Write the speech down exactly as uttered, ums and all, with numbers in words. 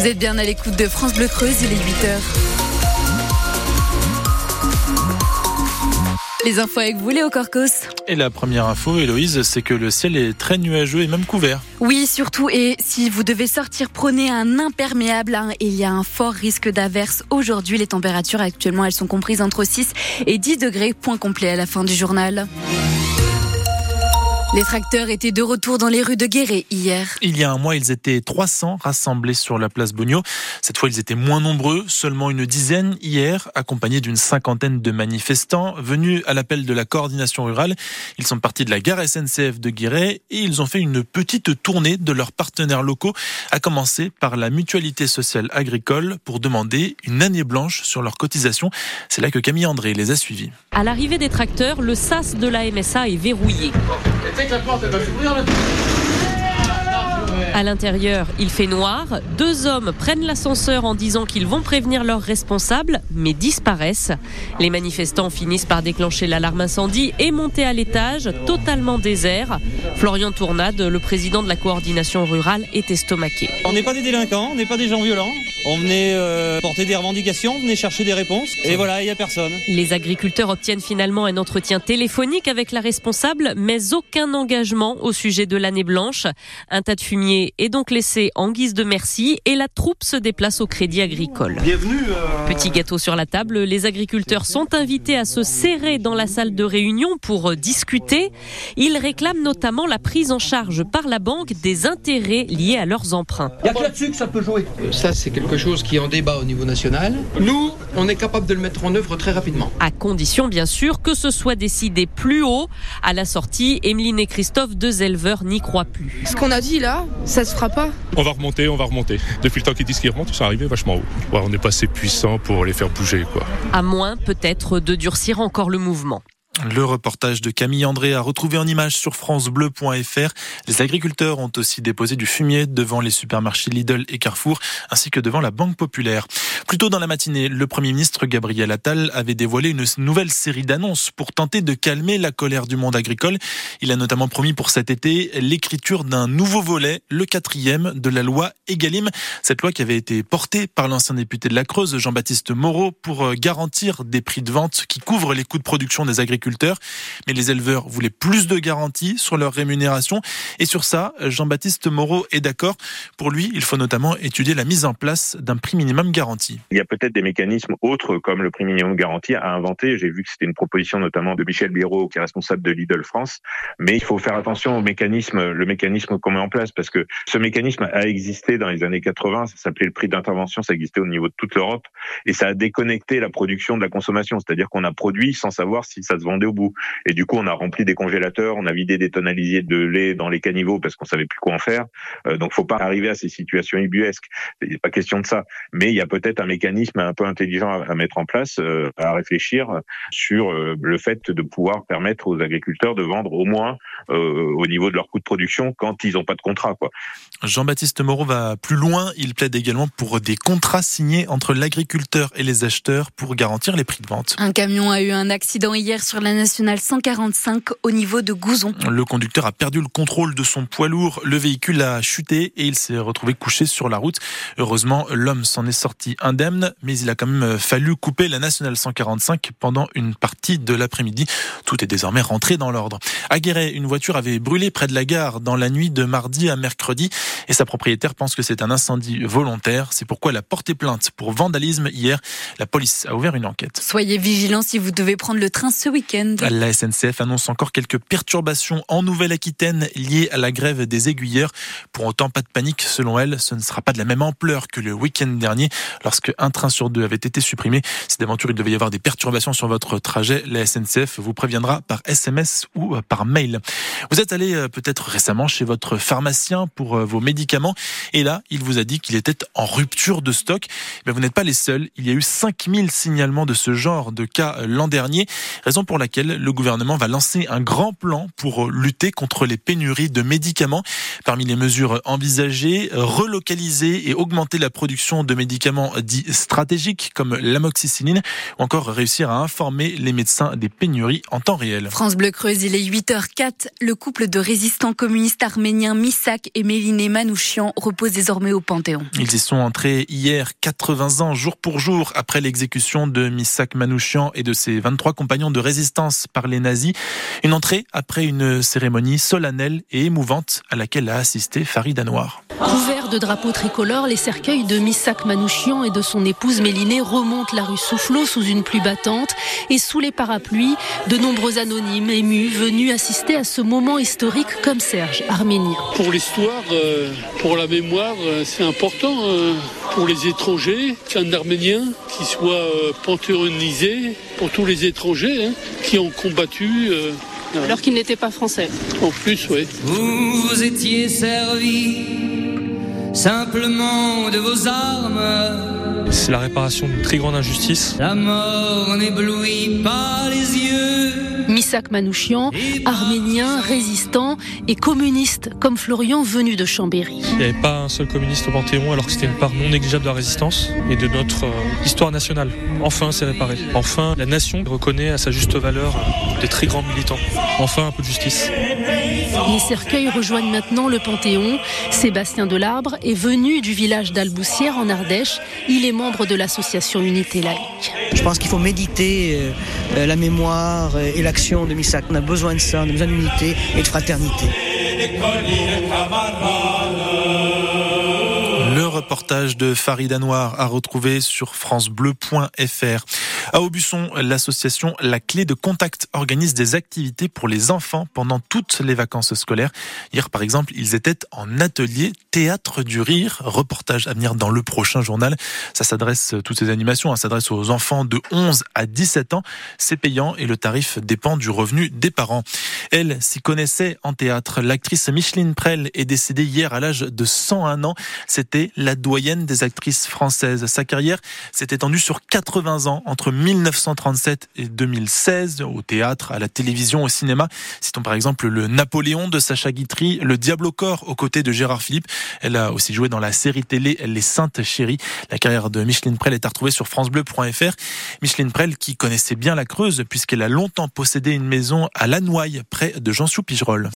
Vous êtes bien à l'écoute de France Bleu Creuse, il est huit heures. Les infos avec vous, Léo Corcos. Et la première info, Héloïse, c'est que le ciel est très nuageux et même couvert. Oui, surtout, et si vous devez sortir, prenez un imperméable. Hein, il y a un fort risque d'averse aujourd'hui. Les températures actuellement, elles sont comprises entre six et dix degrés. Point complet à la fin du journal. Les tracteurs étaient de retour dans les rues de Guéret hier. Il y a un mois, ils étaient trois cents rassemblés sur la place Beugnot. Cette fois, ils étaient moins nombreux, seulement une dizaine hier, accompagnés d'une cinquantaine de manifestants venus à l'appel de la coordination rurale. Ils sont partis de la gare S N C F de Guéret et ils ont fait une petite tournée de leurs partenaires locaux, à commencer par la Mutualité sociale agricole pour demander une année blanche sur leurs cotisations. C'est là que Camille André les a suivis. À l'arrivée des tracteurs, le sas de la M S A est verrouillé. À l'intérieur, il fait noir. Deux hommes prennent l'ascenseur en disant qu'ils vont prévenir leurs responsables, mais disparaissent. Les manifestants finissent par déclencher l'alarme incendie et monter à l'étage, totalement désert. Florian Tournade, le président de la coordination rurale, est estomaqué. On n'est pas des délinquants, on n'est pas des gens violents. On venait euh, porter des revendications, on venait chercher des réponses. Et voilà, il n'y a personne. Les agriculteurs obtiennent finalement un entretien téléphonique avec la responsable, mais aucun engagement au sujet de l'année blanche. Un tas de fumier est donc laissé en guise de merci et la troupe se déplace au Crédit Agricole. Bienvenue. Euh... Petit gâteau sur la table, les agriculteurs sont invités à se serrer dans la salle de réunion pour discuter. Ils réclament notamment la prise en charge par la banque des intérêts liés à leurs emprunts. Il n'y a que là-dessus que ça peut jouer. Ça, c'est quelque chose qui est en débat au niveau national. Nous, on est capable de le mettre en œuvre très rapidement. À condition, bien sûr, que ce soit décidé plus haut. À la sortie, Emeline et Christophe, deux éleveurs, n'y croient plus. Ce qu'on a dit là, ça se fera pas. On va remonter, on va remonter. Depuis le temps qu'ils disent qu'ils remontent, ils sont arrivés vachement haut. Ouais, on n'est pas assez puissant pour les faire bouger, quoi. À moins, peut-être, de durcir encore le mouvement. Le reportage de Camille André a retrouvé en image sur francebleu point f r. Les agriculteurs ont aussi déposé du fumier devant les supermarchés Lidl et Carrefour, ainsi que devant la Banque Populaire. Plus tôt dans la matinée, le Premier ministre Gabriel Attal avait dévoilé une nouvelle série d'annonces pour tenter de calmer la colère du monde agricole. Il a notamment promis pour cet été l'écriture d'un nouveau volet, le quatrième de la loi Egalim. Cette loi qui avait été portée par l'ancien député de la Creuse, Jean-Baptiste Moreau, pour garantir des prix de vente qui couvrent les coûts de production des agriculteurs. Mais les éleveurs voulaient plus de garanties sur leur rémunération. Et sur ça, Jean-Baptiste Moreau est d'accord. Pour lui, il faut notamment étudier la mise en place d'un prix minimum garanti. Il y a peut-être des mécanismes autres comme le prix minimum garanti à inventer. J'ai vu que c'était une proposition notamment de Michel Biérot, qui est responsable de Lidl France. Mais il faut faire attention au mécanisme, le mécanisme qu'on met en place, parce que ce mécanisme a existé dans les années quatre-vingts. Ça s'appelait le prix d'intervention. Ça existait au niveau de toute l'Europe. Et ça a déconnecté la production de la consommation. C'est-à-dire qu'on a produit sans savoir si ça se vendait au bout. Et du coup, on a rempli des congélateurs, on a vidé des tonalisiers de lait dans les caniveaux parce qu'on savait plus quoi en faire. Euh, donc, faut pas arriver à ces situations ubuesques. Il n'est pas question de ça. Mais il y a peut-être un mécanisme un peu intelligent à, à mettre en place, euh, à réfléchir sur euh, le fait de pouvoir permettre aux agriculteurs de vendre au moins euh, au niveau de leur coût de production quand ils n'ont pas de contrat, quoi. Jean-Baptiste Moreau va plus loin. Il plaide également pour des contrats signés entre l'agriculteur et les acheteurs pour garantir les prix de vente. Un camion a eu un accident hier sur la nationale cent quarante-cinq au niveau de Gouzon. Le conducteur a perdu le contrôle de son poids lourd. Le véhicule a chuté et il s'est retrouvé couché sur la route. Heureusement, l'homme s'en est sorti indemne, mais il a quand même fallu couper la nationale cent quarante-cinq pendant une partie de l'après-midi. Tout est désormais rentré dans l'ordre. À Guéret, une voiture avait brûlé près de la gare dans la nuit de mardi à mercredi et sa propriétaire pense que c'est un incendie volontaire. C'est pourquoi elle a porté plainte pour vandalisme hier. La police a ouvert une enquête. Soyez vigilants si vous devez prendre le train ce week-end. La S N C F annonce encore quelques perturbations en Nouvelle-Aquitaine liées à la grève des aiguilleurs. Pour autant, pas de panique. Selon elle, ce ne sera pas de la même ampleur que le week-end dernier, lorsque un train sur deux avait été supprimé. Si d'aventure il devait y avoir des perturbations sur votre trajet, la S N C F vous préviendra par S M S ou par mail. Vous êtes allé peut-être récemment chez votre pharmacien pour vos médicaments et là, il vous a dit qu'il était en rupture de stock. Mais vous n'êtes pas les seuls. Il y a eu cinq mille signalements de ce genre de cas l'an dernier. Raison pour laquelle le gouvernement va lancer un grand plan pour lutter contre les pénuries de médicaments. Parmi les mesures envisagées, relocaliser et augmenter la production de médicaments dits stratégiques comme l'amoxicilline ou encore réussir à informer les médecins des pénuries en temps réel. France Bleu Creuse, il est huit heures quatre. Le couple de résistants communistes arméniens Misak et Méliné Manouchian repose désormais au Panthéon. Ils y sont entrés hier, quatre-vingts ans, jour pour jour, après l'exécution de Misak Manouchian et de ses vingt-trois compagnons de résistance par les nazis. Une entrée après une cérémonie solennelle et émouvante à laquelle a assisté Farid Anouar. Couverts de drapeaux tricolores, les cercueils de Misak Manouchian et de son épouse Méliné remontent la rue Soufflot sous une pluie battante. Et sous les parapluies, de nombreux anonymes émus venus assister à ce moment historique comme Serge, arménien. Pour l'histoire, euh, pour la mémoire, euh, c'est important euh, pour les étrangers qu'un Arménien qui soit euh, panthéonisé pour tous les étrangers hein, qui ont combattu. Euh, Alors qu'il n'était pas français. En plus, oui. Vous vous étiez servi simplement de vos armes. C'est la réparation d'une très grande injustice. La mort n'éblouit pas les yeux. Misak Manouchian, arménien, résistant et communiste, comme Florian venu de Chambéry. Il n'y avait pas un seul communiste au Panthéon, alors que c'était une part non négligeable de la résistance et de notre euh, histoire nationale. Enfin, c'est réparé. Enfin, la nation reconnaît à sa juste valeur des très grands militants. Enfin, un peu de justice. Les cercueils rejoignent maintenant le Panthéon. Sébastien Delarbre est venu du village d'Alboussière en Ardèche. Il est membre de l'association Unité Laïque. Je pense qu'il faut méditer euh, la mémoire et l'action de Misak. On a besoin de ça, on a besoin d'unité et de fraternité. Le reportage de Farid Anouar à retrouver sur francebleu point f r. À Aubusson, l'association La Clé de Contact organise des activités pour les enfants pendant toutes les vacances scolaires. Hier, par exemple, ils étaient en atelier Théâtre du Rire. Reportage à venir dans le prochain journal. Ça s'adresse, toutes ces animations, hein, s'adressent aux enfants de onze à dix-sept ans. C'est payant et le tarif dépend du revenu des parents. Elle s'y connaissait en théâtre. L'actrice Micheline Prel est décédée hier à l'âge de cent un ans. C'était la doyenne des actrices françaises. Sa carrière s'est étendue sur quatre-vingts ans, entre mille neuf cent trente-sept et deux mille seize, au théâtre, à la télévision, au cinéma. Citons par exemple le Napoléon de Sacha Guitry, le Diable au corps aux côtés de Gérard Philippe. Elle a aussi joué dans la série télé Les Saintes Chéries. La carrière de Micheline Prel est à retrouver sur francebleu point f r. Micheline Prel qui connaissait bien la Creuse puisqu'elle a longtemps possédé une maison à Lannoy, près de Jean-Sou-Pigerolles.